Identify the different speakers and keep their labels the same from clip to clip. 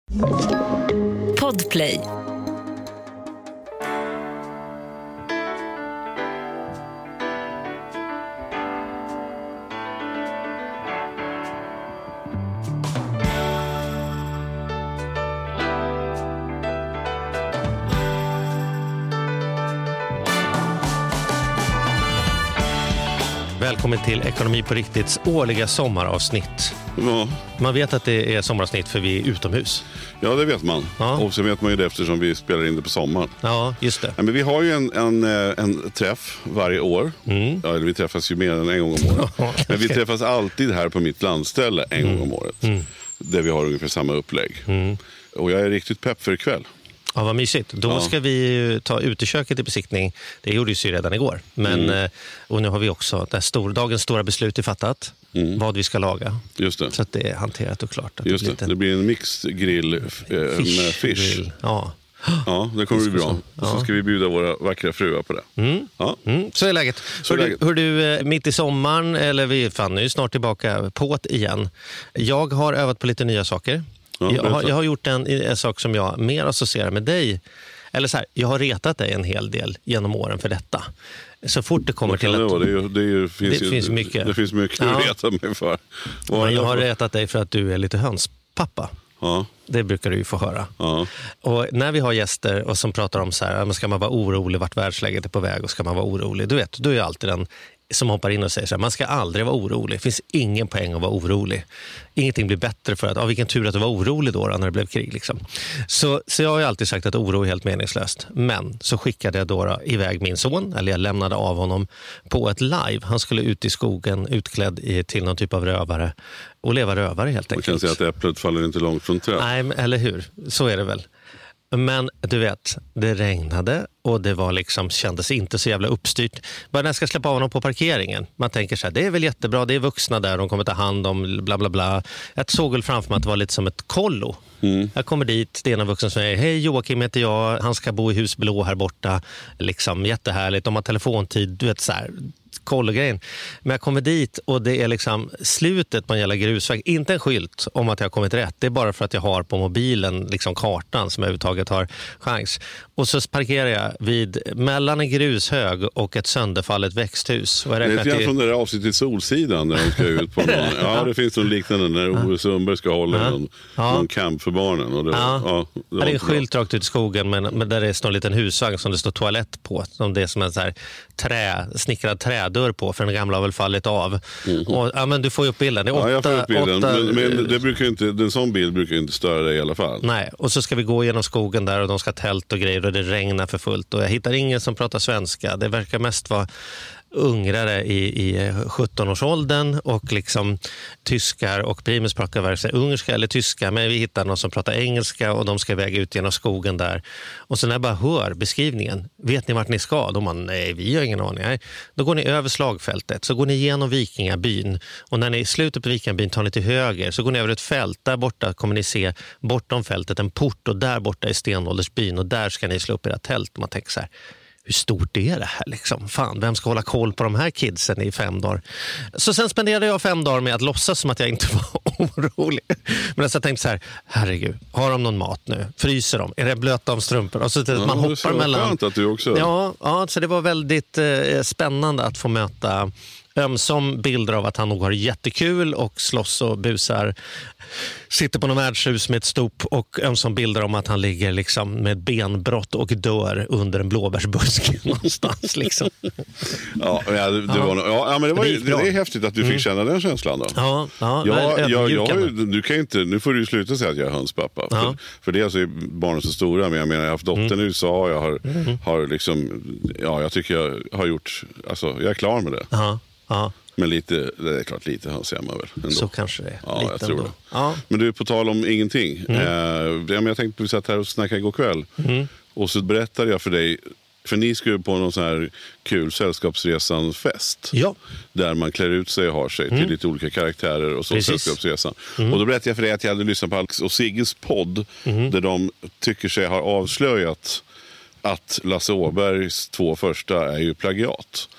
Speaker 1: Podplay.
Speaker 2: Välkommen till Ekonomi på riktights årliga sommaravsnitt.
Speaker 3: Ja.
Speaker 2: Man vet att det är sommaravsnitt för vi är utomhus.
Speaker 3: Ja, det vet man. Ja. Och så vet man ju det eftersom vi spelar in det på sommaren.
Speaker 2: Ja, just det.
Speaker 3: Ja, men vi har ju en träff varje år. Mm. Ja, vi träffas ju mer än en gång om året. Men vi träffas alltid här på mitt landställe en gång om året. Mm. Där vi har ungefär samma upplägg. Mm. Och jag är riktigt pepp för ikväll.
Speaker 2: Ja, vad mysigt. Då ska vi ta uteköket i besiktning. Det gjorde ju redan igår. Men, och nu har vi också dagens stora beslut är fattat. Vad vi ska laga.
Speaker 3: Just det.
Speaker 2: Så att det är hanterat och klart. Att
Speaker 3: just det. Det blir en mixed grill med fish.
Speaker 2: Grill. Ja.
Speaker 3: Ja, det kommer bli bra. Och så ska vi bjuda våra vackra fruar på det. Ja.
Speaker 2: Så är läget. Hör du, mitt i sommaren, eller vi fann ju snart tillbaka på det igen. Jag har övat på lite nya saker. Ja, jag har gjort en sak som jag mer associerar med dig. Eller så här, jag har retat dig en hel del genom åren för detta. Så fort det kommer till att...
Speaker 3: Det finns mycket. Det finns mycket att reta mig för.
Speaker 2: Men jag har retat dig för att du är lite hönspappa. Ja. Det brukar du ju få höra. Ja. Och när vi har gäster och som pratar om så här, ska man vara orolig vart världsläget är på väg och ska man vara orolig. Du vet, du är alltid den som hoppar in och säger så här, man ska aldrig vara orolig. Det finns ingen poäng att vara orolig. Ingenting blir bättre för att, vilken tur att du var orolig då när det blev krig. Liksom. Så jag har ju alltid sagt att oro är helt meningslöst. Men så skickade jag då iväg min son, eller jag lämnade av honom på ett live. Han skulle ut i skogen utklädd till någon typ av rövare och leva rövare helt enkelt.
Speaker 3: Man kan säga att äpplet faller inte långt från träd.
Speaker 2: Nej, eller hur? Så är det väl. Men du vet, det regnade och det var liksom, kändes inte så jävla uppstyrt. Bara när jag ska släppa av honom på parkeringen. Man tänker så här, det är väl jättebra, det är vuxna där, de kommer ta hand om bla bla bla. Jag såg väl framför mig att det var lite som ett kollo. Jag kommer dit, det är en vuxen som säger, hej Joakim heter jag, han ska bo i hus blå här borta. Liksom jättehärligt, de har telefontid, du vet så här... kollogrejen. Men jag kommer dit och det är liksom slutet på en jävla grusväg. Inte en skylt om att jag har kommit rätt. Det är bara för att jag har på mobilen liksom kartan som jag överhuvudtaget har chans. Och så parkerar jag mellan en grushög och ett sönderfallet växthus. Och
Speaker 3: det är lite från det där avsnittet Solsidan när de ska ut på någon. Ja, det finns någon liknande när Ove Sundberg ska hålla någon camp för barnen. Och det är en
Speaker 2: skylt rakt ut i skogen men där det står en liten husvagn som det står toalett på. Som det är som en så här snickrad trädörr på för den gamla har väl fallit av. Och, men du får ju upp bilden. Det är
Speaker 3: jag får upp bilden. Men det brukar inte, en sån bild brukar inte störa dig i alla fall.
Speaker 2: Nej, och så ska vi gå genom skogen där och de ska tält och grejer och det regnar för fullt. Och jag hittar ingen som pratar svenska. Det verkar mest vara ungrare i 17-årsåldern och liksom tyskar och Primus pratar vare sig ungerska eller tyska, men vi hittar någon som pratar engelska och de ska väga ut genom skogen där. Och så när jag bara hör beskrivningen, vet ni vart ni ska? De bara, nej, vi har ingen aning. Nej. Då går ni över slagfältet, så går ni igenom Vikingabyn och när ni är i slutet på Vikingabyn tar ni till höger, så går ni över ett fält, där borta kommer ni se bortom fältet en port och där borta är Stenåldersbyn och där ska ni slå upp era tält. Man tänker så här, hur stort är det här liksom? Fan, vem ska hålla koll på de här kidsen i 5 dagar? Så sen spenderade jag 5 dagar med att låtsas som att jag inte var orolig. Men alltså jag tänkte så här, herregud, har de någon mat nu? Fryser de? Är det blöta om strumpor? Och så man hoppar mellan...
Speaker 3: Att du också...
Speaker 2: Ja, så det var väldigt spännande att få möta ömsom bilder av att han nog har jättekul och slåss och busar, sitter på någon värdshus med ett stop, och ömsom bilder om att han ligger liksom med benbrott och dör under en blåbärsbuske någonstans liksom.
Speaker 3: Men det är häftigt att du fick känna den känslan då. Du kan inte, nu får du sluta säga att jag är hönspappa. För det är alltså barnen så stora, men jag menar jag har haft dottern i USA, jag har liksom, jag tycker jag har gjort, alltså jag är klar med det. Ja. Men lite, det är klart lite höns är man väl ändå.
Speaker 2: Så kanske det är.
Speaker 3: Ja,
Speaker 2: lite
Speaker 3: jag tror
Speaker 2: ändå.
Speaker 3: det.
Speaker 2: Ja.
Speaker 3: Men du, på tal om ingenting. Jag tänkte att vi satt här och snackade igår kväll. Och så berättade jag för dig, för ni skulle på någon sån här kul sällskapsresan-fest.
Speaker 2: Ja.
Speaker 3: Där man klär ut sig och har sig till lite olika karaktärer och så. Precis. Sällskapsresan. Och då berättade jag för dig att jag hade lyssnat på Alex och Sigges podd. Där de tycker sig ha avslöjat att Lasse Åbergs 2 första är ju plagiat.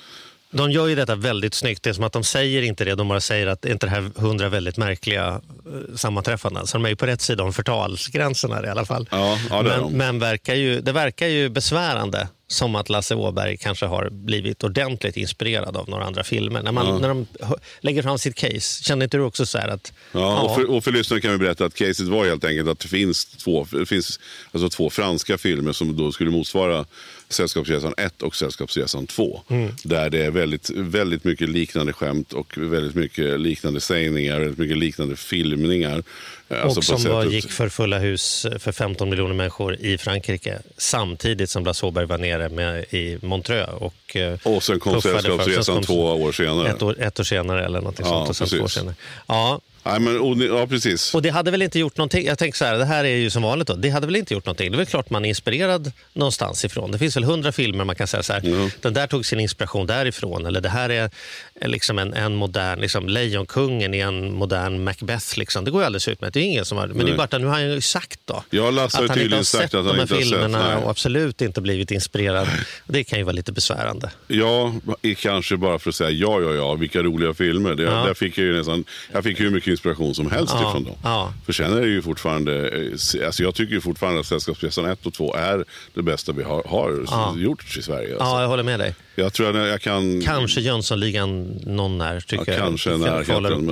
Speaker 2: De gör ju detta väldigt snyggt. Det är som att de säger inte det. De bara säger att det är inte det här 100 väldigt märkliga sammanträffanden. Så de är ju på rätt sida om förtalsgränsen här i alla fall.
Speaker 3: Ja,
Speaker 2: men det verkar ju besvärande som att Lasse Åberg kanske har blivit ordentligt inspirerad av några andra filmer. När de lägger fram sitt case, känner inte du också så här att...
Speaker 3: Och för lyssnare kan vi berätta att caset var helt enkelt att det finns två franska filmer som då skulle motsvara Sällskapsresan 1 och Sällskapsresan 2. Där det är väldigt, väldigt mycket liknande skämt och väldigt mycket liknande sägningar, väldigt mycket liknande filmningar.
Speaker 2: Och som gick för fulla hus för 15 miljoner människor i Frankrike samtidigt som Lasse Åberg var nere i Montreux. Och
Speaker 3: sen kom Sällskapsresan 2 år senare.
Speaker 2: Ett år senare eller något sånt. Och sen 2 år senare. Ja.
Speaker 3: Nej, men, precis.
Speaker 2: Och det hade väl inte gjort någonting. Jag tänker så här, det här är ju som vanligt då. Det hade väl inte gjort någonting. Det är väl klart man är inspirerad någonstans ifrån. Det finns väl 100 filmer man kan säga så här. Den där tog sin inspiration därifrån. Eller det här är liksom en modern, liksom Lejonkungen i en modern Macbeth liksom. Det går ju alldeles ut med. Det är ingen som har, men det är bara att nu har han ju sagt då.
Speaker 3: Jag Lasse har tydligen sagt att han inte har sett
Speaker 2: filmerna och absolut inte blivit inspirerad. Det kan ju vara lite besvärande.
Speaker 3: Ja, kanske bara för att säga ja, vilka roliga filmer. Där fick jag fick ju mycket inspiration som helst ifrån dem. Ja. För sen är det ju fortfarande, alltså jag tycker ju fortfarande att Sällskapsresan 1 och 2 är det bästa vi har gjort i Sverige. Alltså.
Speaker 2: Ja, jag håller med dig.
Speaker 3: Jag tror att jag kan...
Speaker 2: Kanske Jönssonligan någon är, tycker jag.
Speaker 3: Kanske närheten.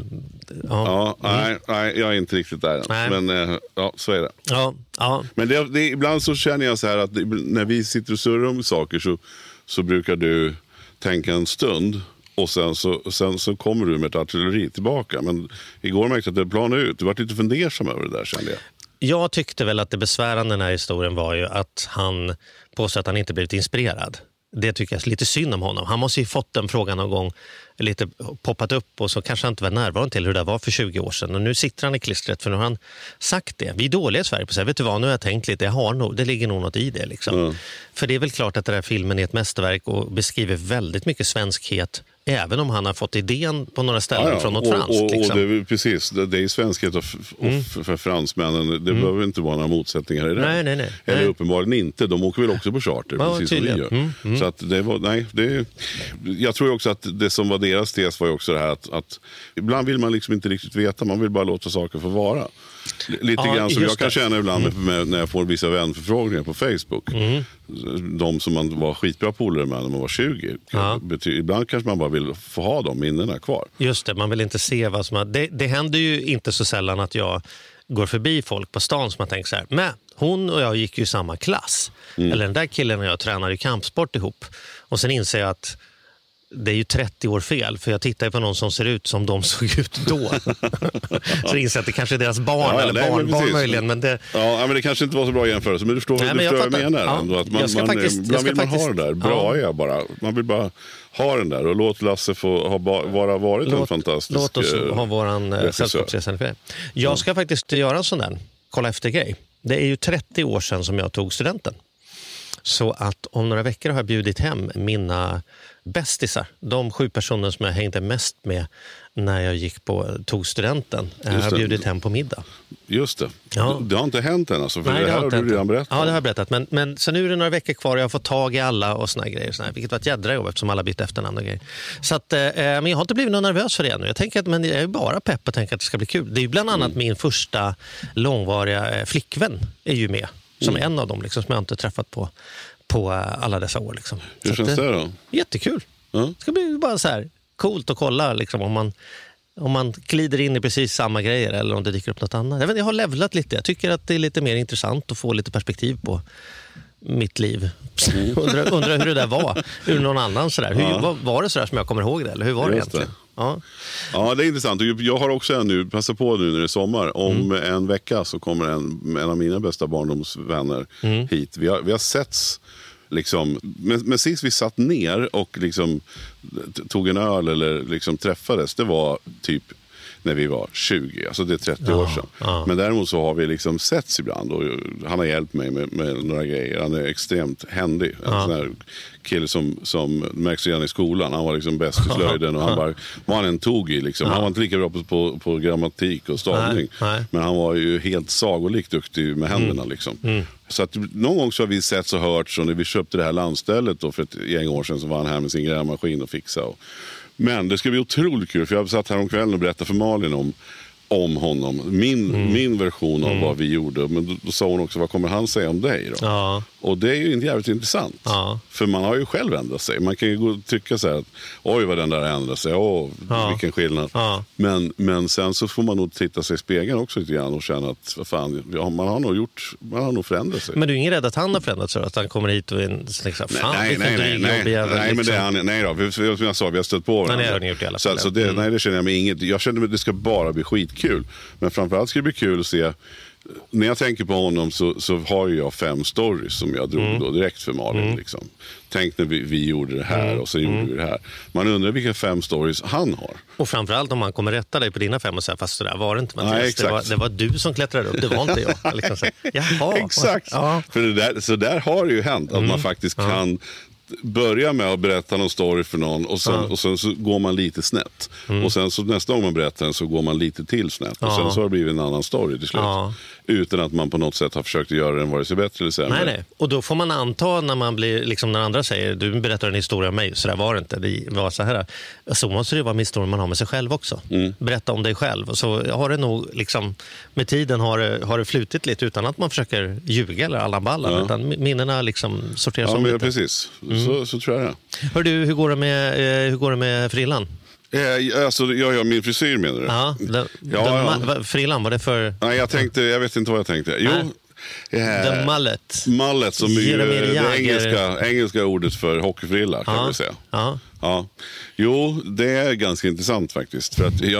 Speaker 3: Nej, jag är inte riktigt där än. Nej. Men så är det. Ja. Men ibland så känner jag så här att när vi sitter och surrar om saker så brukar du tänka en stund. Och sen så kommer du med ett artilleri tillbaka. Men igår märkte jag att det planade ut. Du var lite fundersam över det där, kände jag.
Speaker 2: Jag tyckte väl att det besvärande i den här historien var ju att han påstår att han inte blivit inspirerad. Det tycker jag är lite synd om honom. Han måste ju fått den frågan någon gång, lite poppat upp och så kanske han inte var närvarande till hur det var för 20 år sedan. Och nu sitter han i klistret för nu har han sagt det. Vi är dåliga i Sverige på att säga, vet du vad, nu har jag tänkt lite, det ligger nog något i det liksom. För det är väl klart att den här filmen är ett mästerverk och beskriver väldigt mycket svenskhet. Även om han har fått idén på några ställen från något franskt. Liksom.
Speaker 3: Och det är precis, det är svenskhet för fransmännen. Det behöver inte vara några motsättningar i det.
Speaker 2: Nej.
Speaker 3: Eller uppenbarligen inte. De åker väl också på charter, precis som vi gör. Så att det var, jag tror också att det som var deras tes var ju också det här att ibland vill man liksom inte riktigt veta. Man vill bara låta saker få vara. Lite grann som jag kan känna ibland när jag får vissa vänförfrågningar på Facebook. De som man var skitbra polare med när man var 20. Ibland kanske man bara vill få ha de minnena kvar. Just det,
Speaker 2: man vill inte se vad som har... Det händer ju inte så sällan att jag går förbi folk på stan som man tänker så här, men hon och jag gick ju i samma klass. Eller den där killen och jag tränade i kampsport ihop. Och sen inser jag att det är ju 30 år fel, för jag tittar på någon som ser ut som de såg ut då. Så inser jag att det kanske är deras barn eller barnbarn möjligen. Men det...
Speaker 3: Ja, men det kanske inte var så bra jämförelse, men du förstår vad jag menar. Att man vill ha det där, bra bara. Man vill bara ha den där och låt Lasse få varit en fantastisk
Speaker 2: Låt oss ha våran sällskapsresa. Jag ska faktiskt göra en sån där, kolla efter grej. Det är ju 30 år sedan som jag tog studenten. Så att om några veckor har jag bjudit hem mina bästisar. De 7 personer som jag hängde mest med när jag tog studenten. Jag har bjudit hem på middag.
Speaker 3: Just det. Ja. Det har inte hänt än alltså, för nej, det här har du redan berättat.
Speaker 2: Ja, det har jag berättat. Men så nu är det några veckor kvar och jag har fått tag i alla och såna grejer. Vilket var ett jädra jobb eftersom alla bytt efternamn och grejer. Så att, men jag har inte blivit någon nervös för det ännu. Jag tänker men jag är bara pepp och tänker att det ska bli kul. Det är ju bland annat min första långvariga flickvän är ju med. Som en av dem liksom, som jag inte träffat på alla dessa år. Liksom.
Speaker 3: Hur känns det då?
Speaker 2: Jättekul. Det ska bli bara så här coolt att kolla liksom, om man glider in i precis samma grejer eller om det dyker upp något annat. Jag har levlat lite. Jag tycker att det är lite mer intressant att få lite perspektiv på mitt liv. Undrar hur det där var. Ur någon annan sådär. Var det sådär som jag kommer ihåg det? Eller hur var det egentligen?
Speaker 3: Ja, det är intressant. Jag har också passa på nu när det är sommar. Om en vecka så kommer en av mina bästa barndomsvänner hit. Vi har setts liksom, men sist vi satt ner och liksom tog en öl eller liksom träffades, det var typ när vi var 20. Alltså det är 30 år sedan. Men däremot så har vi liksom setts ibland och han har hjälpt mig med några grejer. Han är extremt händig. En sån här kille som märks igen i skolan. Han var liksom bäst i slöjden och han var han en tog i liksom. Han var inte lika bra på grammatik och stavning. Men han var ju helt sagolikt duktig med händerna liksom. Så att någon gång så har vi sett så hört så när vi köpte det här landstället då för ett gäng år sedan så var han här med sin grävmaskin och fixade. Men det ska bli otroligt kul för jag satt här om kvällen och berättade för Malin om honom. Min version av vad vi gjorde. Men då sa hon också, vad kommer han säga om dig då? Ja. Och det är ju inte jävligt intressant. Ja. För man har ju själv ändrat sig. Man kan ju gå och tycka så här att oj vad den där ändrar sig. Vilken skillnad. Ja. Men sen så får man nog titta sig i spegeln också lite grann och känna att vad fan, man har nog förändrat sig.
Speaker 2: Men du är ingen rädd att han har förändrat sig? Att han kommer hit och liksom,
Speaker 3: nej, men det är han, nej då. Som jag sa, vi har stött på varandra. Så det känner jag mig inget. Jag känner att det ska bara bli skitkul. Men framförallt ska det bli kul att se. När jag tänker på honom så har jag 5 stories som jag drog då direkt för Malin. Liksom. Tänk när vi gjorde det här och så gjorde vi det här. Man undrar vilka 5 stories han har. Och
Speaker 2: framförallt om man kommer rätta dig på dina 5 och säga fast så där var det inte. Det var du som klättrade upp, det var inte jag. Liksom så, jaha.
Speaker 3: Exakt. Ja. För så där har det ju hänt att man faktiskt kan börja med att berätta någon story för någon och sen så går man lite snett. Och sen så nästa gång man berättar den så går man lite till snett. Och sen så har det blivit en annan story till slut. Utan att man på något sätt har försökt göra den vare sig bättre eller sämre.
Speaker 2: Nej. Och då får man anta när man blir, liksom när andra säger, du berättar en historia om mig, så där var det inte. Det var så här. Så måste det vara en historia man har med sig själv också. Berätta om dig själv. Och så har det nog liksom, med tiden har det flutit lite utan att man försöker ljuga eller alla ballar. Utan minnena liksom sorteras om lite.
Speaker 3: Precis. Så tror jag det.
Speaker 2: Hör du, hur går det med frillan?
Speaker 3: Alltså, jag gör min frisyr menar du?
Speaker 2: Frillan, var det för...
Speaker 3: Nej, jag vet inte vad jag tänkte. Jo,
Speaker 2: the mullet.
Speaker 3: Mullet som är det engelska ordet för hockeyfrilla kan vi säga. Ja. Jo, det är ganska intressant faktiskt. För att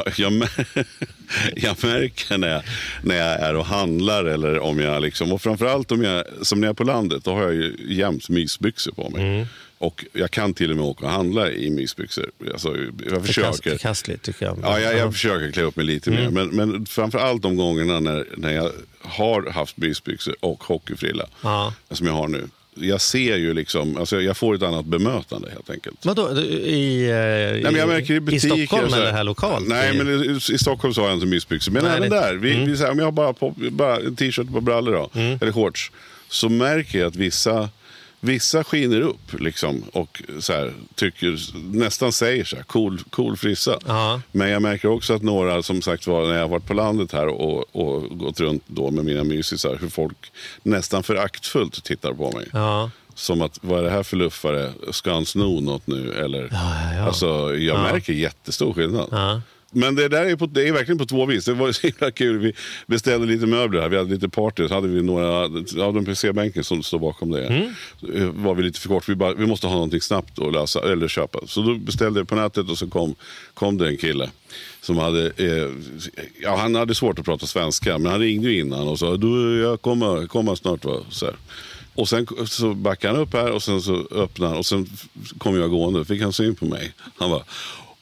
Speaker 3: jag märker när jag är och handlar eller om jag liksom, och framförallt som när jag är på landet, då har jag ju jämt mysbyxor på mig. Och jag kan till och med åka och handla i mysbyxor. Alltså, jag försöker.
Speaker 2: Förkastligt tycker jag.
Speaker 3: Ja, jag försöker klä upp mig lite mer. Men framförallt de gångerna när jag har haft mysbyxor och hockeyfrilla, som jag har nu. Jag ser ju liksom, alltså jag får ett annat bemötande helt enkelt.
Speaker 2: Vadå?
Speaker 3: Jag märker i butiker,
Speaker 2: i Stockholm eller här lokalt?
Speaker 3: Nej, men i Stockholm så har jag inte mysbyxor. Men även där, vi säger, om jag har bara en t-shirt och brallor då, eller shorts, så märker jag att vissa skiner upp liksom, och så här, nästan säger så här, cool frissa. Men jag märker också att några, som sagt var, när jag har varit på landet här och gått runt då med mina mysisar, hur folk nästan föraktfullt tittar på mig. Som att, vad är det här för luffare? Ska han sno något nu? Eller, alltså, jag märker jättestor skillnad. Men det där är verkligen på 2 vis. Det var så himla kul. Vi beställde lite möbler här. Vi hade lite party. Så hade vi några av de PC-bänken som står bakom det. Var vi lite för kort. Vi måste ha någonting snabbt att lösa eller köpa. Så då beställde jag på nätet och så kom det en kille som hade han hade svårt att prata svenska, men han ringde ju innan och sa jag kommer snart va? Så här. Och sen så backade han upp här och sen så öppnade han och sen kom jag gående. Fick han syn på mig. Han var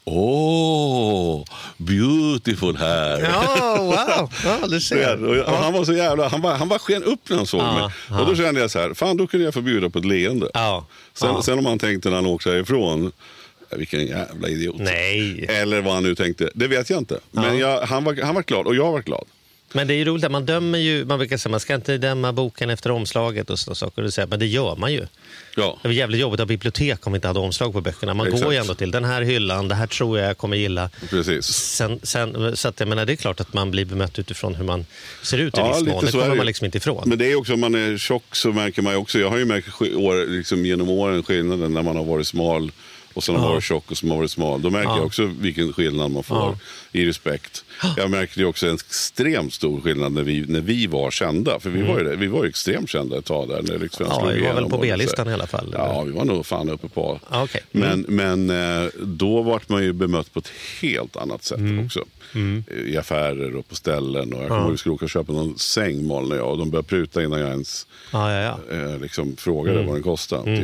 Speaker 3: beautiful här.
Speaker 2: Wow. Ja, det ser.
Speaker 3: Och han var så jävla, han var sken upp när han såg mig. Och då kände jag så här, fan då kunde jag förbjuda på ett leende. Sen om han tänkte när han åkte härifrån, vilken jävla idiot.
Speaker 2: Nej.
Speaker 3: Eller vad han nu tänkte, det vet jag inte. Men han var glad och jag var glad.
Speaker 2: Men det är ju roligt att man dömer ju, man brukar säga man ska inte döma boken efter omslaget och sådana saker, men det gör man ju. Det var jävligt jobbigt att bibliotek om vi inte hade omslag på böckerna. Man går ju ändå till den här hyllan, det här tror jag kommer gilla.
Speaker 3: Precis.
Speaker 2: Sen, så att jag menar, det är klart att man blir bemött utifrån hur man ser ut i viss mån. Det kommer man liksom inte ifrån.
Speaker 3: Men det är också, om man är tjock så märker man ju också, jag har ju märkt liksom genom åren skillnaden när man har varit smal och sen har varit tjock och som har varit smal. Då märker jag också vilken skillnad man får i respekt. Jag märkte ju också en extremt stor skillnad när vi var kända. För vi var ju extremt kända ett tag där. När liksom
Speaker 2: vi var väl på B-listan i alla fall.
Speaker 3: Ja, vi var nog fan uppe på.
Speaker 2: Okay.
Speaker 3: Men då var man ju bemött på ett helt annat sätt också. I affärer och på ställen. Och jag kommer ihåg att vi skulle åka och köpa någon sängmål när och de började pruta innan jag ens liksom frågade vad den kostade. Typ.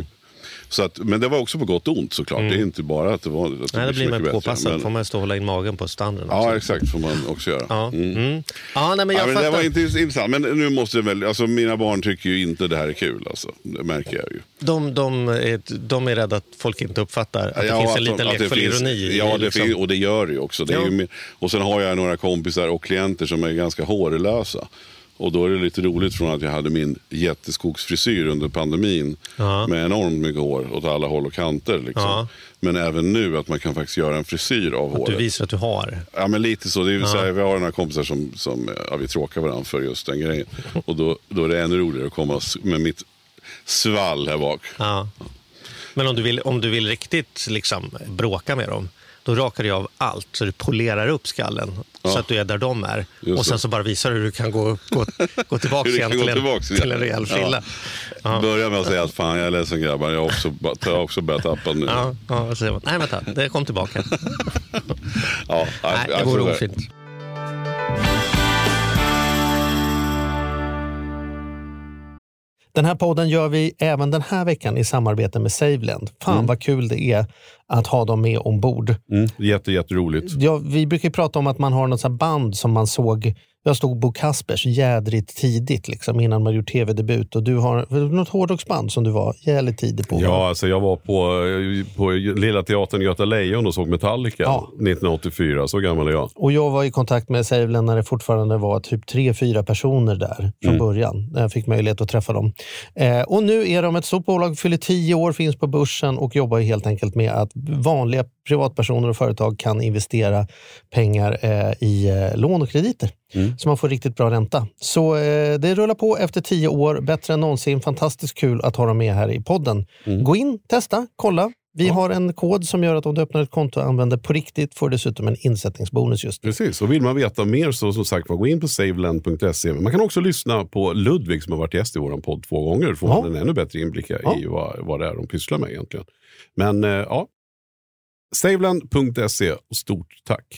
Speaker 3: Så att, men det var också på gott och ont såklart. Det är inte bara att det var... Att
Speaker 2: nej, det blir man påpassad. Men... får man stå och hålla in magen på standarden.
Speaker 3: Ja, exakt, får man också göra.
Speaker 2: Ja, ja nej, men jag
Speaker 3: men det var inte intressant. Men nu måste väl... Alltså, mina barn tycker ju inte det här är kul. Alltså. Det märker jag ju.
Speaker 2: De är rädda att folk inte uppfattar att det finns en liten lekfull ironi.
Speaker 3: Ja, och det gör det ju också. Det är ju, och sen har jag några kompisar och klienter som är ganska hårlösa. Och då är det lite roligt från att jag hade min jätteskogsfrisyr under pandemin med enormt mycket hår åt alla håll och kanter. Liksom. Men även nu att man kan faktiskt göra en frisyr av håret.
Speaker 2: Du visar att du har.
Speaker 3: Ja, men lite så. Det är så här, vi har några kompisar som vi tråkar varandra för just den grejen. Och då är det ännu roligare att komma med mitt svall här bak. Ja.
Speaker 2: Men om du vill riktigt liksom bråka med dem, då rakar du av allt så du polerar upp skallen så att du är där de är. Just och sen så bara visar du hur du kan gå tillbaka igen till en rejäl frilla. Ja.
Speaker 3: Börja med att säga att fan, jag är ledsen grabbar, jag har också börjat tappa nu.
Speaker 2: Ja, säger man. Nej, vänta, det kom tillbaka.
Speaker 3: Nej,
Speaker 2: det vore ofint. Den här podden gör vi även den här veckan i samarbete med SaveLend. Fan vad kul det är att ha dem med ombord.
Speaker 3: Jätteroligt.
Speaker 2: Ja, vi brukar prata om att man har något sånt band som man såg. Jag stod Bo Kaspers jädrigt tidigt liksom, innan man gjort tv-debut. Och du har något hårdrocksband som du var jävligt tidig på.
Speaker 3: Ja, alltså jag var på Lilla Teatern Göta Lejon och såg Metallica 1984. Så gammal är jag.
Speaker 2: Och jag var i kontakt med SaveLend när det fortfarande var typ 3-4 personer där från början. När jag fick möjlighet att träffa dem. Och nu är de ett stort bolag, fyller 10 år, finns på börsen och jobbar helt enkelt med att vanliga privatpersoner och företag kan investera pengar i lån och krediter. Så man får riktigt bra ränta. Så det rullar på efter 10 år, bättre än någonsin. Fantastiskt kul att ha dem med här i podden. Gå in, testa, kolla. Vi har en kod som gör att om du öppnar ett konto och använder på riktigt får dessutom en insättningsbonus just nu.
Speaker 3: Precis, och vill man veta mer så som sagt gå in på saveland.se. Man kan också lyssna på Ludvig som har varit gäst i våran podd 2 gånger. Får man en ännu bättre inblick i vad det är de pysslar med egentligen. Men saveland.se och stort tack.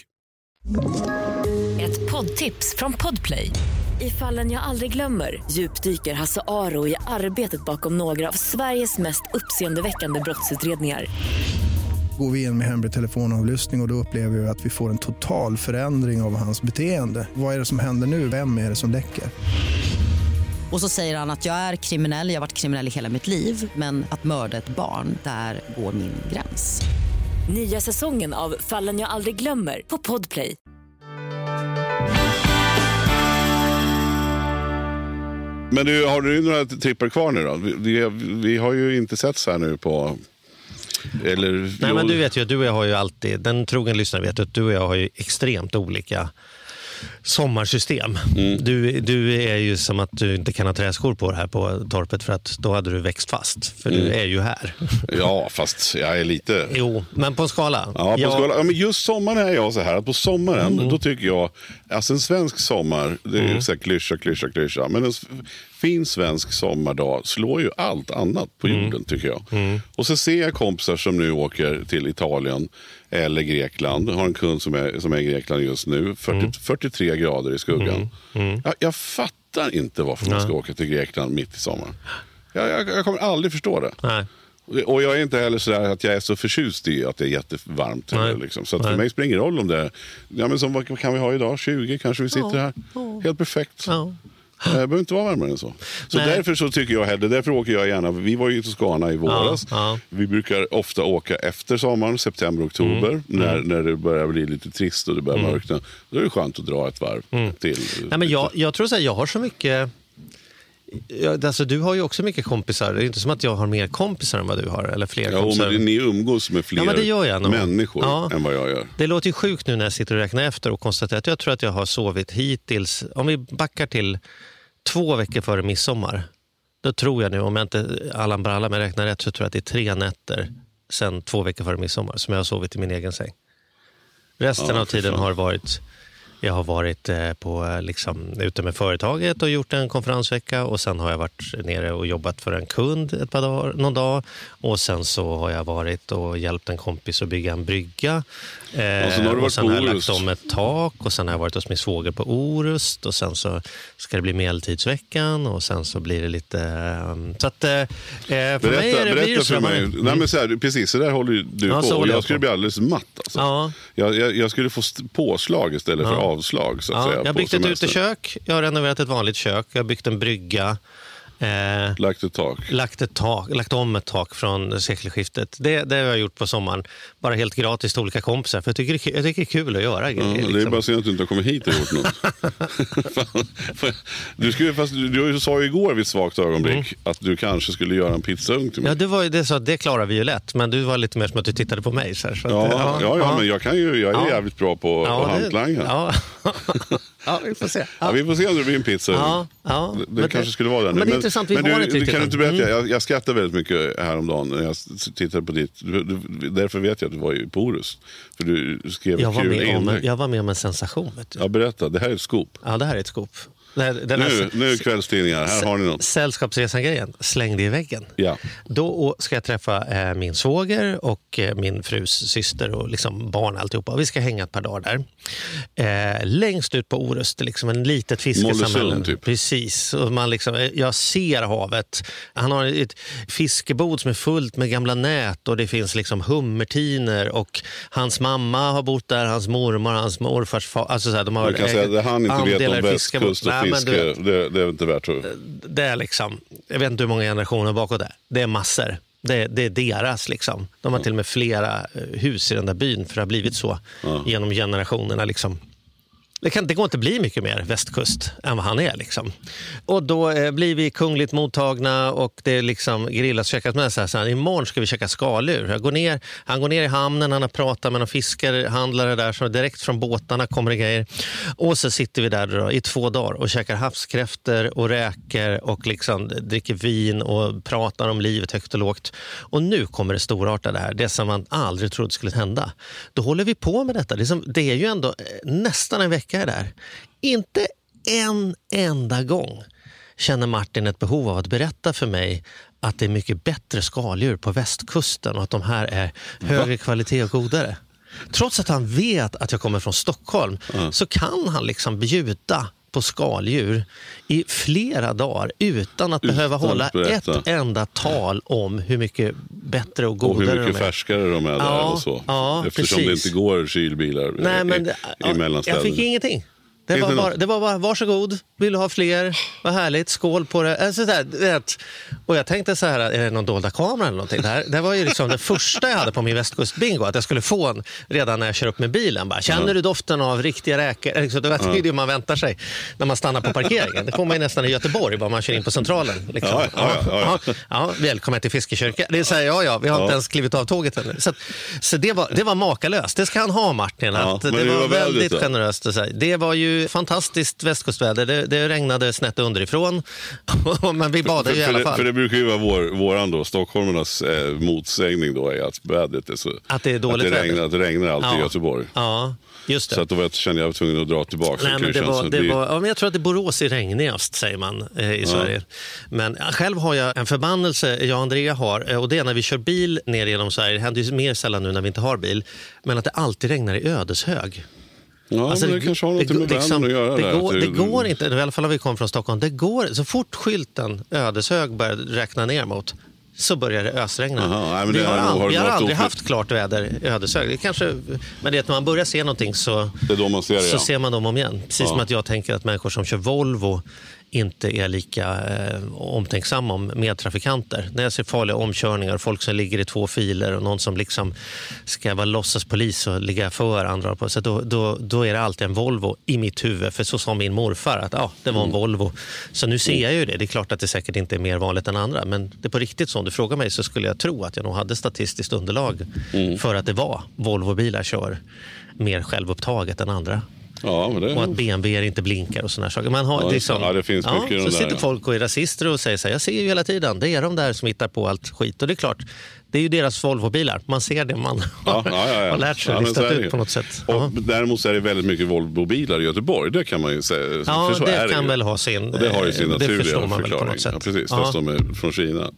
Speaker 1: Ett poddtips från Podplay. I Fallen jag aldrig glömmer djupdyker Hasse Aro i arbetet bakom några av Sveriges mest uppseendeväckande brottsutredningar.
Speaker 4: Går vi in med hemlig telefonavlyssning och då upplever vi att vi får en total förändring av hans beteende. Vad är det som händer nu? Vem är det som läcker?
Speaker 5: Och så säger han att jag är kriminell, jag har varit kriminell i hela mitt liv. Men att mörda ett barn, där går min gräns.
Speaker 1: Nya säsongen av Fallen jag aldrig glömmer på Podplay.
Speaker 3: Men du, har du några trippar kvar nu då? Vi har ju inte sett så här nu på...
Speaker 2: Nej, men du vet ju, du och jag har ju alltid... Den trogen lyssnare vet att du och jag har ju extremt olika sommarsystem. Du är ju som att du inte kan ha träskor på det här på torpet för att då hade du växt fast. För du är ju här.
Speaker 3: Ja, fast jag är lite...
Speaker 2: Jo, men på en skala.
Speaker 3: Ja, på skala. Ja, men just sommaren är jag så här. Att på sommaren, då tycker jag... Alltså en svensk sommar, det är ju så här klyscha. Men en fin svensk sommardag slår ju allt annat på jorden tycker jag. Och så ser jag kompisar som nu åker till Italien eller Grekland. Jag har en kund som är i Grekland just nu. 43 grader i skuggan. Jag fattar inte varför man ska åka till Grekland mitt i sommaren. Jag kommer aldrig förstå det.
Speaker 2: Nej.
Speaker 3: Och jag är inte heller så där att jag är så förtjust i att det är jättevarmt. Liksom. Så att för mig spelar ingen roll om det är... Ja, men som, vad kan vi ha idag? 20 kanske vi sitter här. Helt perfekt. Det behöver inte vara varmare än så. Så därför så tycker jag hellre, därför åker jag gärna. Vi var ju i Toscana i våras. Vi brukar ofta åka efter sommaren, september, oktober. När det börjar bli lite trist och det börjar mörkna. Då är det skönt att dra ett varv till.
Speaker 2: Nej, men jag tror att jag har så mycket... Alltså, du har ju också mycket kompisar. Det är inte som att jag har mer kompisar än vad du har. Eller fler kompisar.
Speaker 3: Men ni umgås med fler människor än vad jag gör.
Speaker 2: Det låter ju sjukt nu när jag sitter och räknar efter och konstaterar att jag tror att jag har sovit hittills. Om vi backar till 2 veckor före midsommar. Då tror jag nu, om jag inte Allan Bralla men räknar rätt, så tror jag att det är 3 nätter sen 2 veckor före midsommar som jag har sovit i min egen säng. Resten av tiden har varit Jag har varit på, ute med företaget och gjort en konferensvecka, och sen har jag varit nere och jobbat för en kund någon dag, och sen så har jag varit och hjälpt en kompis att bygga en brygga. Och sen har jag lagt om ett tak, och sen har jag varit hos min svåger på Orust, och sen så ska det bli medeltidsveckan, och sen så blir det lite så att för mig är det
Speaker 3: berätta för mig. Nej, men så här, precis så där håller du på, och jag skulle bli alldeles matt alltså.
Speaker 2: Ja.
Speaker 3: Jag skulle få påslag istället för avslag så att säga.
Speaker 2: Jag har byggt ett utekök, jag har renoverat ett vanligt kök, jag har byggt en brygga. Lagt om ett tak från sekelskiftet. Det har jag gjort på sommaren. Bara helt gratis till olika kompisar. För jag tycker det är kul att göra grejer.
Speaker 3: Det är bara synd att du inte har kommit hit och gjort något. Du sa ju igår vid ett svagt ögonblick att du kanske skulle göra en pizzaugn till mig.
Speaker 2: Ja, det klarar vi ju lätt. Men du var lite mer som att du tittade på mig. Så
Speaker 3: men jag är jävligt bra på att hantlanga.
Speaker 2: Ja, vi får se.
Speaker 3: Ja, vi får se om det blir en pizza. Det kanske skulle vara den.
Speaker 2: Men det är intressant,
Speaker 3: kan du inte berätta? Jag skrattar väldigt mycket häromdagen när jag tittade på ditt. Därför vet jag att du var ju på Orust. För du skrev
Speaker 2: jag var med om en sensation. Vet du.
Speaker 3: Ja, berätta. Det här är ett scoop.
Speaker 2: Ja, det här är ett scoop.
Speaker 3: Nu är kvällstidningar, här har ni något.
Speaker 2: Sällskapsresan-grejen, slängde i väggen.
Speaker 3: Ja.
Speaker 2: Då ska jag träffa min svåger och min frus syster och barn alltihopa. Vi ska hänga ett par dagar där. Längst ut på Orust, en litet fiskesamhälle.
Speaker 3: Typ.
Speaker 2: Precis. Och jag ser havet. Han har ett fiskebod som är fullt med gamla nät, och det finns hummertiner, och hans mamma har bott där, hans mormor, hans morfars far. Alltså så här, de har
Speaker 3: det han inte vet om västkust och fiske, det är inte värt att...
Speaker 2: Det är jag vet inte hur många generationer bakåt det är massor. Det är deras De har till och med flera hus i den där byn, för det har blivit så genom generationerna Det går inte bli mycket mer västkust än vad han är Och då blir vi kungligt mottagna, och det är grillas, käkas med så här, imorgon ska vi käka skaldjur. Han går ner i hamnen, han har pratat med någon fiskarhandlare där, så direkt från båtarna kommer det grejer. Och så sitter vi där då, i 2 dagar och käkar havskräftor och räkor och dricker vin och pratar om livet högt och lågt. Och nu kommer det storartade här, det som man aldrig trodde skulle hända. Då håller vi på med detta. Det är ju ändå nästan en vecka där. Inte en enda gång känner Martin ett behov av att berätta för mig att det är mycket bättre skaldjur på västkusten och att de här är högre kvalitet och godare. Trots att han vet att jag kommer från Stockholm så kan han bjuda på skaldjur i flera dagar utan att behöva hålla ett enda tal om hur mycket bättre och godare de är. Och hur mycket
Speaker 3: färskare de är där och så. Eftersom det inte går kylbilar i mellanstäderna.
Speaker 2: Jag fick ingenting. Det var bara, varsågod, vill du ha fler? Vad härligt, skål på det. Och jag tänkte så här, är det någon dolda kamera eller någonting? Det var ju det första jag hade på min västkustbingo, att jag skulle få en redan när jag kör upp med bilen. Bara, känner du doften av riktiga räkor? Det är det man väntar sig när man stannar på parkeringen. Det får man ju nästan i Göteborg, bara man kör in på centralen. Välkommen till Fiskekyrka. Det är så här, vi har inte ens klivit av tåget ännu. Så det var makalöst. Det ska han ha, Martin. Det var väldigt generöst. Det var ju fantastiskt västkustväder. Det regnade snett underifrån. Men vi badade ju i alla fall.
Speaker 3: För det brukar ju vara våran då, stockholmarnas motsägning då, är att vädret är så...
Speaker 2: Att det är dåligt väder.
Speaker 3: Att det regnar alltid i Göteborg.
Speaker 2: Ja, just det.
Speaker 3: Så att då kände jag tvungen att dra tillbaka.
Speaker 2: Nej, men jag tror att det är Borås i regnigast, säger man i Sverige. Men själv har jag en förbannelse, jag och Andrea har, och det är när vi kör bil ner genom Sverige. Det händer ju mer sällan nu när vi inte har bil. Men att det alltid regnar i Ödeshög.
Speaker 3: Ja, men det kanske har något med vännen att göra.
Speaker 2: Det går inte, i alla fall när vi kommer från Stockholm, det går, så fort skylten Ödeshög börjar räkna ner mot, så börjar det ösregna. Vi har aldrig haft klart väder i Ödeshög. Det kanske, men det är att när man börjar se någonting så,
Speaker 3: det är då man ser det,
Speaker 2: så ser man dem om igen. Precis som att jag tänker att människor som kör Volvo inte är lika omtänksamma om medtrafikanter. När jag ser farliga omkörningar, folk som ligger i 2 filer och någon som ska vara låtsaspolis och ligga för andra på, så då är det alltid en Volvo i mitt huvud, för så sa min morfar att det var en Volvo. Så nu ser jag ju det. Det är klart att det säkert inte är mer vanligt än andra, men det är på riktigt så. Om du frågar mig så skulle jag tro att jag nog hade statistiskt underlag för att det var Volvobilar kör mer självupptaget än andra.
Speaker 3: Ja, men det...
Speaker 2: Och att BMW inte blinkar och såna saker. Man har,
Speaker 3: det finns mycket
Speaker 2: så sitter folk och är rasister och säger så här, jag ser ju hela tiden, det är de där som hittar på allt skit. Och det är klart, det är ju deras Volvo-bilar. Man ser det, man har lärt sig listat ut på något sätt.
Speaker 3: Och däremot är det väldigt mycket Volvo-bilar i Göteborg. Det kan man ju säga.
Speaker 2: Ja, för det kan väl ha sin...
Speaker 3: Och det har ju sin naturliga förklaring.
Speaker 2: På något sätt.
Speaker 3: Ja, precis, fast de är från Kina.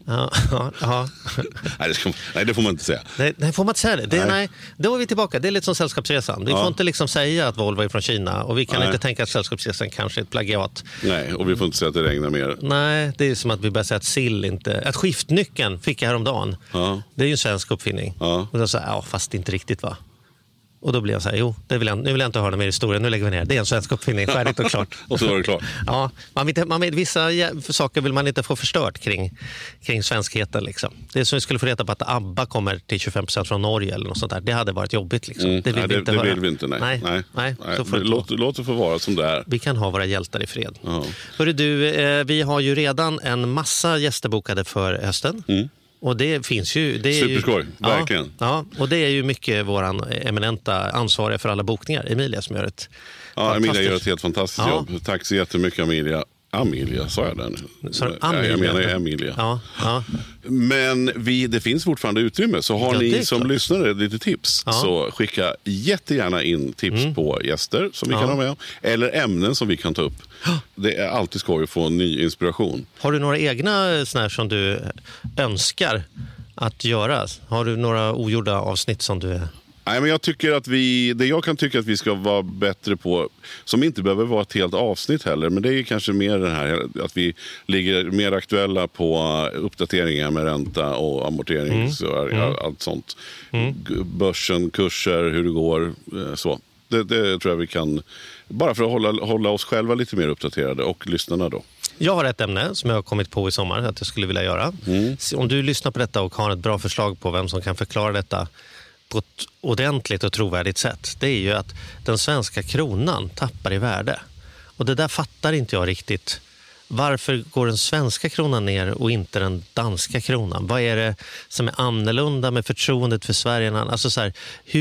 Speaker 3: Nej, det får man inte säga.
Speaker 2: Nej, får man inte säga det? Nej, då är vi tillbaka. Det är lite som Sällskapsresan. Vi får inte liksom säga att Volvo är från Kina. Och vi kan inte tänka att Sällskapsresan kanske är ett plagiat.
Speaker 3: Nej, och vi får inte säga att det regnar mer.
Speaker 2: Nej, det är som att vi börjar säga att sill inte... Att skiftnyckeln fick jag häromdagen. Ja. Det är ju en svensk uppfinning. Ja. Och då sa jag, fast inte riktigt va? Och då blev jag så här, nu vill jag inte höra mer historia, nu lägger vi ner. Det är en svensk uppfinning, färdigt och klart.
Speaker 3: Och så var det klart.
Speaker 2: Ja, vissa saker vill man inte få förstört kring svenskheten. Liksom. Det är som vi skulle få reda på att ABBA kommer till 25% från Norge eller något sånt där. Det hade varit jobbigt. Liksom. Det vill vi inte höra.
Speaker 3: Det vill vi inte, nej. Låt det få vara som det är.
Speaker 2: Vi kan ha våra hjältar i fred. Hörru du, vi har ju redan en massa gäster bokade för hösten. Och det finns ju... Det är
Speaker 3: superskoj, verkligen.
Speaker 2: Ja, och det är ju mycket våran eminenta ansvariga för alla bokningar, Emilia, som gör ett...
Speaker 3: Ja, Emilia gör ett helt fantastiskt jobb. Tack så jättemycket, Emilia. Sa jag den? Jag menar Emilia.
Speaker 2: Ja.
Speaker 3: Men det finns fortfarande utrymme. Så har ni som lyssnare lite tips, så skicka jättegärna in tips på gäster som vi kan ha med. Eller ämnen som vi kan ta upp. Det är alltid skoj att få ny inspiration. Har
Speaker 2: du några egna såna här som du önskar att göra? Har du några ogjorda avsnitt som du...
Speaker 3: Nej, men jag tycker att jag kan tycka att vi ska vara bättre på, som inte behöver vara ett helt avsnitt heller, men det är kanske mer den här att vi ligger mer aktuella på uppdateringar med ränta och amortering och allt sånt. Börsen, kurser, hur det går, så. Det tror jag vi kan, bara för att hålla oss själva lite mer uppdaterade och lyssnarna då.
Speaker 2: Jag har ett ämne som jag har kommit på i sommar att jag skulle vilja göra. Om du lyssnar på detta och har ett bra förslag på vem som kan förklara detta på ett ordentligt och trovärdigt sätt, det är ju att den svenska kronan tappar i värde. Och det där fattar inte jag riktigt. Varför går den svenska kronan ner och inte den danska kronan? Vad är det som är annorlunda med förtroendet för Sverige? Alltså så här,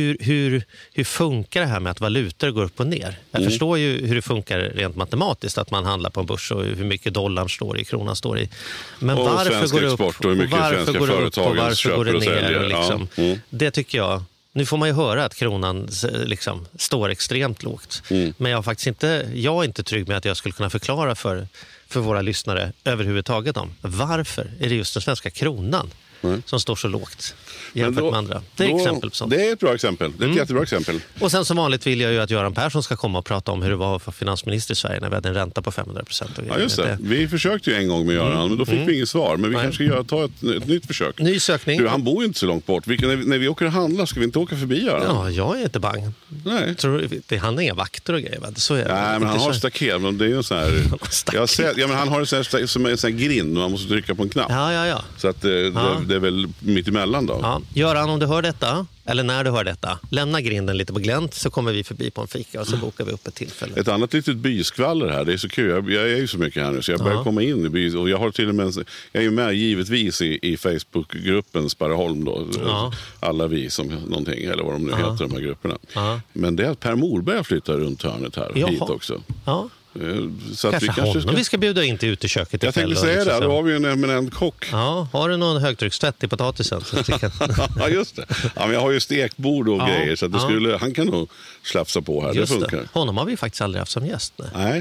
Speaker 2: hur funkar det här med att valutor går upp och ner? Jag förstår ju hur det funkar rent matematiskt, att man handlar på en burs och hur mycket dollarn står i, kronan står i. Men
Speaker 3: och
Speaker 2: varför går det upp
Speaker 3: och hur mycket
Speaker 2: varför går det upp och varför går det ner? Och liksom,
Speaker 3: det
Speaker 2: tycker jag... Nu får man ju höra att kronan liksom står extremt lågt. Men jag är inte trygg med att jag skulle kunna förklara för våra lyssnare överhuvudtaget om varför är det just den svenska kronan som står så lågt jämfört med andra. Det är exempel på sånt.
Speaker 3: Det är ett bra exempel. Det är ett jättebra exempel.
Speaker 2: Och sen som vanligt vill jag ju att Göran Persson ska komma och prata om hur det var för finansminister i Sverige när vi hade en ränta på 500%.
Speaker 3: Ja, just det. Vi försökte ju en gång med Göran, men då fick vi inget svar. Men vi kanske ska ta ett nytt försök.
Speaker 2: Ny sökning.
Speaker 3: Han bor ju inte så långt bort. När vi åker och handlar ska vi inte åka förbi Göran?
Speaker 2: Ja, jag är inte bang.
Speaker 3: Nej.
Speaker 2: Han har inga vakter och grejer, va? Så är det.
Speaker 3: Nej, men han har staket. Men det är ju så här... men han har en sån här grind och man måste trycka på en knapp.
Speaker 2: Ja.
Speaker 3: Så att det är väl mitt emellan då.
Speaker 2: Ja. Göran, om du hör detta, eller när du hör detta, lämna grinden lite på glänt så kommer vi förbi på en fika och så bokar vi upp ett tillfälle.
Speaker 3: Ett annat litet byskvaller här, det är så kul. Jag är ju så mycket här nu så jag börjar komma in i bys och jag har till och med jag är ju med givetvis i Facebookgruppen Sparreholm då. Alla vi som någonting eller vad de nu heter, de här grupperna. Men det är att Per Morberg flyttar runt hörnet här hit också.
Speaker 2: Ja.
Speaker 3: Så att
Speaker 2: vi ska bjuda in till uteköket.
Speaker 3: Jag tänkte säga det, då har vi ju en eminent kock.
Speaker 2: Ja, har du någon högtryckstvätt i potatisen?
Speaker 3: Ja, just det. Ja, men jag har ju stekbord och grejer så att han kan nog slafsa på här.
Speaker 2: Just
Speaker 3: det funkar.
Speaker 2: Det. Honom har vi faktiskt aldrig haft som gäst.
Speaker 3: Nej,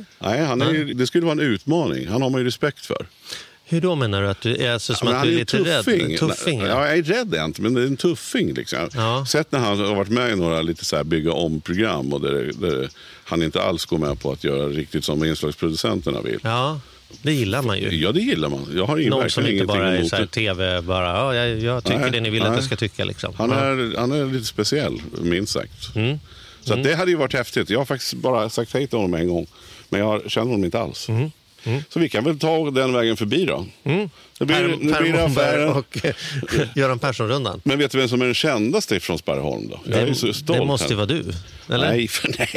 Speaker 3: han är ju, det skulle vara en utmaning. Han har man ju respekt för.
Speaker 2: Hur då menar du? Att du är så som att du är lite rädd? Tuffing?
Speaker 3: Ja, jag är rädd inte, men det är en tuffing. Liksom. Sett när han har varit med i några lite så här bygga om-program och där han inte alls går med på att göra riktigt som inslagsproducenterna vill.
Speaker 2: Ja, det gillar man ju.
Speaker 3: Ja, det gillar man. Jag har
Speaker 2: någon som inte bara är så här tv, bara jag tycker det ni vill att jag ska tycka. Liksom.
Speaker 3: Han är lite speciell, minst sagt. Så att det hade ju varit häftigt. Jag har faktiskt bara sagt hej till honom en gång, men jag känner honom inte alls. Så vi kan väl ta den vägen förbi då. Nu blir det affären.
Speaker 2: Och Göran Persson-rundan.
Speaker 3: Men vet du vem som är den kändaste från Sparreholm då? Jag är så stolt.
Speaker 2: Det måste ju vara du, eller?
Speaker 3: Nej.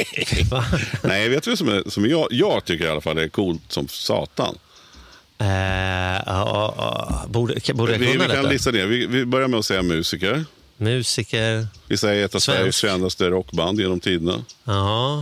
Speaker 3: Nej, vet du vem som jag tycker i alla fall är coolt som satan?
Speaker 2: Borde jag kunna
Speaker 3: vi
Speaker 2: detta?
Speaker 3: kan lista ner. Vi börjar med att säga musiker.
Speaker 2: Musiker.
Speaker 3: Vi säger ett av Sveriges kändaste rockband genom tiderna.
Speaker 2: Ja.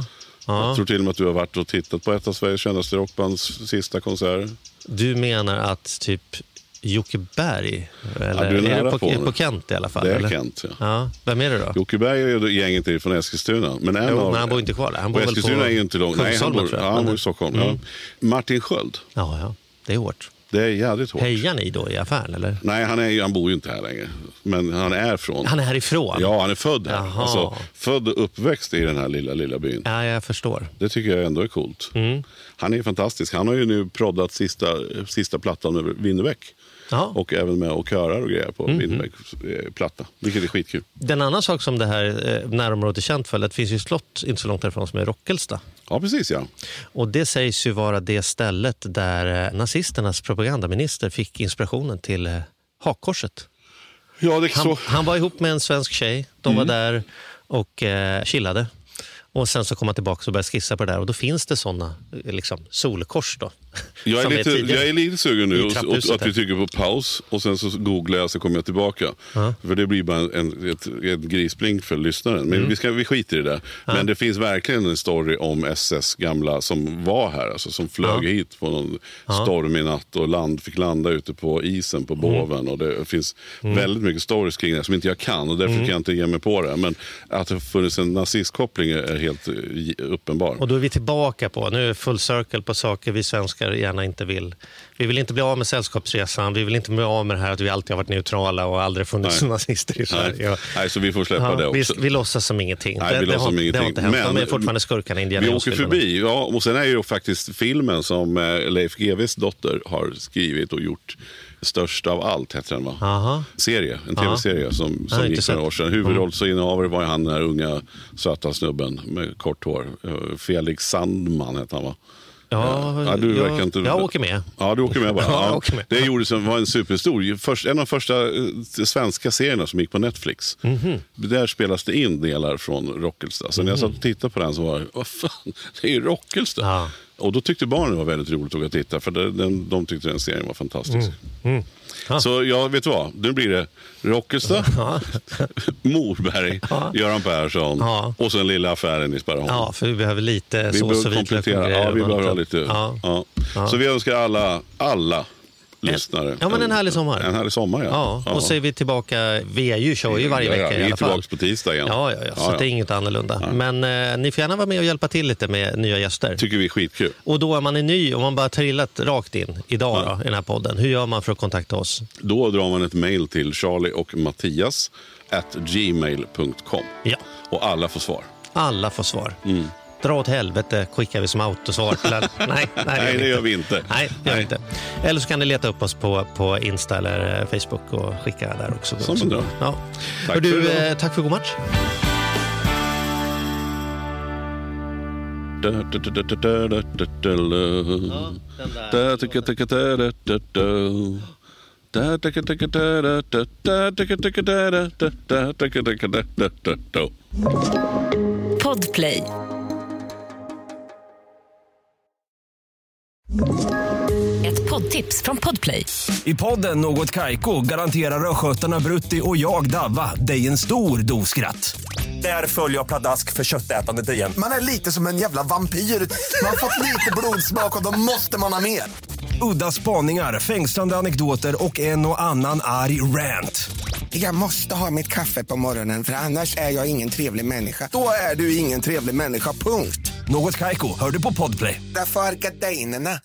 Speaker 3: Jag tror till och med att du har varit och tittat på ett av Sveriges kändaste rockbands sista konserter.
Speaker 2: Du menar att typ Jocke Berg, eller
Speaker 3: du är
Speaker 2: är det på Kent i alla fall?
Speaker 3: Det är
Speaker 2: eller?
Speaker 3: Kent, ja.
Speaker 2: Ja. Vem är det då?
Speaker 3: Jocke Berg är ju gänget är från Eskilstuna. Men
Speaker 2: han bor inte kvar där. Han bor
Speaker 3: Eskilstuna är ju inte långt. Nej, han bor i Stockholm.
Speaker 2: Mm.
Speaker 3: Ja. Martin Sköld.
Speaker 2: Ja, det är hårt.
Speaker 3: Det är jävligt hårt.
Speaker 2: Hejar ni då i affären, eller?
Speaker 3: Nej, han bor ju inte här längre. Men han är från.
Speaker 2: Han är härifrån?
Speaker 3: Ja, han är född här. Alltså, född och uppväxt i den här lilla byn.
Speaker 2: Ja, jag förstår.
Speaker 3: Det tycker jag ändå är coolt.
Speaker 2: Mm.
Speaker 3: Han är fantastisk. Han har ju nu proddat sista plattan med Winnerbäck. Ja. Och även med och körar och grejer på Winnerbäcks platta. Vilket är skitkul.
Speaker 2: Den annan sak som det här närområdet är känt för, att det finns ju slott inte så långt därifrån som är Rockelsta.
Speaker 3: Ja, precis, ja.
Speaker 2: Och det sägs ju vara det stället där nazisternas propagandaminister fick inspirationen till hakkorset.
Speaker 3: Ja, det är så.
Speaker 2: Han var ihop med en svensk tjej. De var där och chillade. Och sen så kom han tillbaka och började skissa på det där. Och då finns det sådana liksom, solkors då.
Speaker 3: Jag är lite sugen nu att vi trycker på paus. Och sen så googlar jag så kommer jag tillbaka. För det blir bara ett grisblink för lyssnaren. Men vi skiter i det. Men det finns verkligen en story om SS gamla som var här. Alltså, som flög hit på någon stormig natt. Och fick landa ute på isen på Boven. Och det finns väldigt mycket stories kring det som inte jag kan. Och därför kan jag inte ge mig på det. Men att det funnits en nazistkoppling är helt uppenbar.
Speaker 2: Och då är vi tillbaka på, nu är full circle på saker vi svenskar gärna inte vill. Vi vill inte bli av med sällskapsresan, vi vill inte bli av med det här att vi alltid har varit neutrala och aldrig funnits nazister i Sverige.
Speaker 3: Nej, så vi får släppa det också.
Speaker 2: Vi låtsas som ingenting.
Speaker 3: Nej, det har inte hänt.
Speaker 2: Men de är fortfarande skurkarna i Indiana
Speaker 3: vi åker förbi, och sen är det ju faktiskt filmen som Leif GW:s dotter har skrivit och gjort. Störst av allt heter den, va?
Speaker 2: Aha.
Speaker 3: En tv-serie som gick för några år sedan. Huvudrollsinnehavare var han den här unga söta snubben med kort hår. Felix Sandman heter han, va?
Speaker 2: Jag åker med.
Speaker 3: Ja, du åker med bara.
Speaker 2: Jag åker med.
Speaker 3: Det var en superstor. En av de första svenska serierna som gick på Netflix. Där spelas det in delar från Rockelsta. Så när jag satt och tittade på den så var det, vad fan, det är ju Rockelsta. Ja. Och då tyckte barnen var väldigt roligt att titta. För de tyckte den serien var fantastisk. Så jag vet vad, nu blir det Rockelsta, Morberg, Göran Persson och sen lilla affären i Sparreholm.
Speaker 2: Ja, för vi behöver lite sås och vitlök.
Speaker 3: Ja, vi behöver ha lite. Så vi önskar alla lyssnare.
Speaker 2: Ja, men en härlig sommar.
Speaker 3: En härlig sommar,
Speaker 2: ja. Och så är vi tillbaka, vi kör ju varje vecka i alla fall.
Speaker 3: Vi är tillbaka på tisdag igen.
Speaker 2: Ja, så det är inget annorlunda. Ja. Men ni får gärna vara med och hjälpa till lite med nya gäster.
Speaker 3: Tycker vi är skitkul.
Speaker 2: Och då är man ny, om man bara trillat rakt in idag då, i den här podden, hur gör man för att kontakta oss?
Speaker 3: Då drar man ett mejl till charlieochmattias@gmail.com.
Speaker 2: Ja.
Speaker 3: Och alla får svar.
Speaker 2: Alla får svar. Dra åt helvete, skickar vi som autosvar. Nej, det gör vi inte. Nej, det gör vi inte. Eller så kan ni leta upp oss på Insta eller Facebook och skicka där också.
Speaker 3: Som bra.
Speaker 2: Ja. Tack för god match.
Speaker 1: Podplay. Ett poddtips från Podplay.
Speaker 6: I podden Något Kaiko garanterar röskötarna Brutti och jag Davva dig en stor doskratt. Där följer jag pladask för köttätandet igen.
Speaker 7: Man är lite som en jävla vampyr. Man har fått lite blodsmak och då måste man ha mer.
Speaker 6: Udda spaningar, fängslande anekdoter och en och annan arg rant.
Speaker 7: Jag måste ha mitt kaffe på morgonen för annars är jag ingen trevlig människa. Då är du ingen trevlig människa, punkt.
Speaker 6: Något Kaiko, hör du på Podplay.
Speaker 7: Därför är gardinerna.